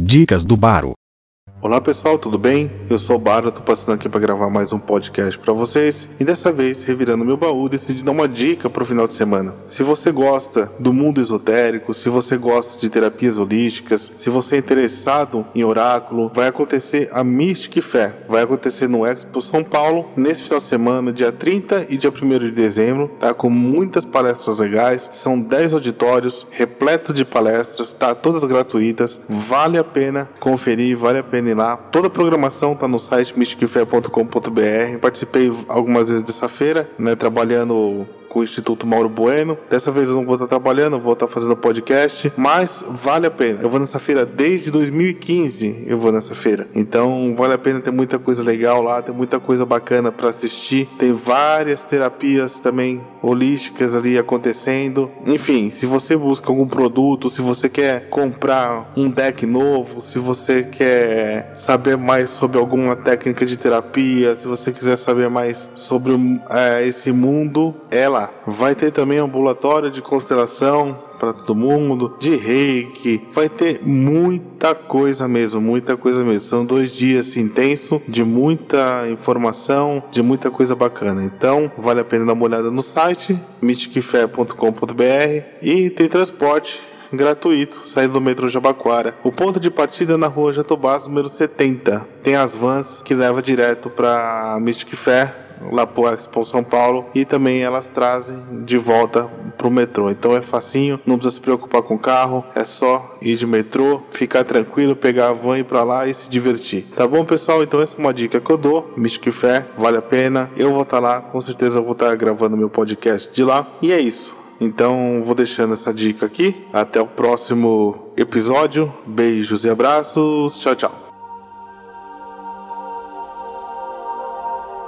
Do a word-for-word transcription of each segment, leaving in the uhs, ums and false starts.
Dicas do Baro. Olá pessoal, tudo bem? Eu sou o Baro, tô passando aqui para gravar mais um podcast para vocês e dessa vez, revirando meu baú, decidi dar uma dica pro final de semana. Se você gosta do mundo esotérico, se você gosta de terapias holísticas, se você é interessado em oráculo, vai acontecer a Mystic Fair. Vai acontecer no Expo São Paulo nesse final de semana, dia trinta e dia primeiro de dezembro, tá? Com muitas palestras legais, são dez auditórios, repleto de palestras, tá? Todas gratuitas, vale a pena conferir, vale a pena lá. Toda a programação está no site mystic fair ponto com ponto b r. Participei algumas vezes dessa feira, né, trabalhando com o Instituto Mauro Bueno. Dessa vez eu não vou estar trabalhando, vou estar fazendo podcast, mas vale a pena. Eu vou nessa feira desde dois mil e quinze, eu vou nessa feira. Então vale a pena, tem muita coisa legal lá, tem muita coisa bacana para assistir. Tem várias terapias também holísticas ali acontecendo. Enfim, se você busca algum produto, se você quer comprar um deck novo, se você quer saber mais sobre alguma técnica de terapia, se você quiser saber mais sobre é, esse mundo, é lá. Vai ter também ambulatório de constelação para todo mundo, de reiki, vai ter muita coisa mesmo, muita coisa mesmo. São dois dias intensos, de muita informação, de muita coisa bacana. Então, vale a pena dar uma olhada no site, mystic fair ponto com ponto b r, e tem transporte gratuito, saindo do metrô Jabaquara. O ponto de partida é na rua Jatobás, número setenta. Tem as vans que levam direto para Mystic Fair, lá pro Expo São Paulo, e também elas trazem de volta pro metrô. Então é facinho, não precisa se preocupar com o carro, é só ir de metrô, ficar tranquilo, pegar a van e ir pra lá e se divertir. Tá bom, pessoal? Então essa é uma dica que eu dou. Mystic Fair, vale a pena. Eu vou estar lá, com certeza eu vou estar gravando meu podcast de lá. E é isso. Então vou deixando essa dica aqui. Até o próximo episódio. Beijos e abraços. Tchau, tchau.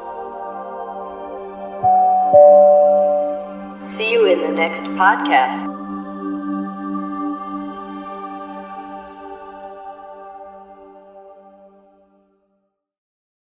See you in the next podcast.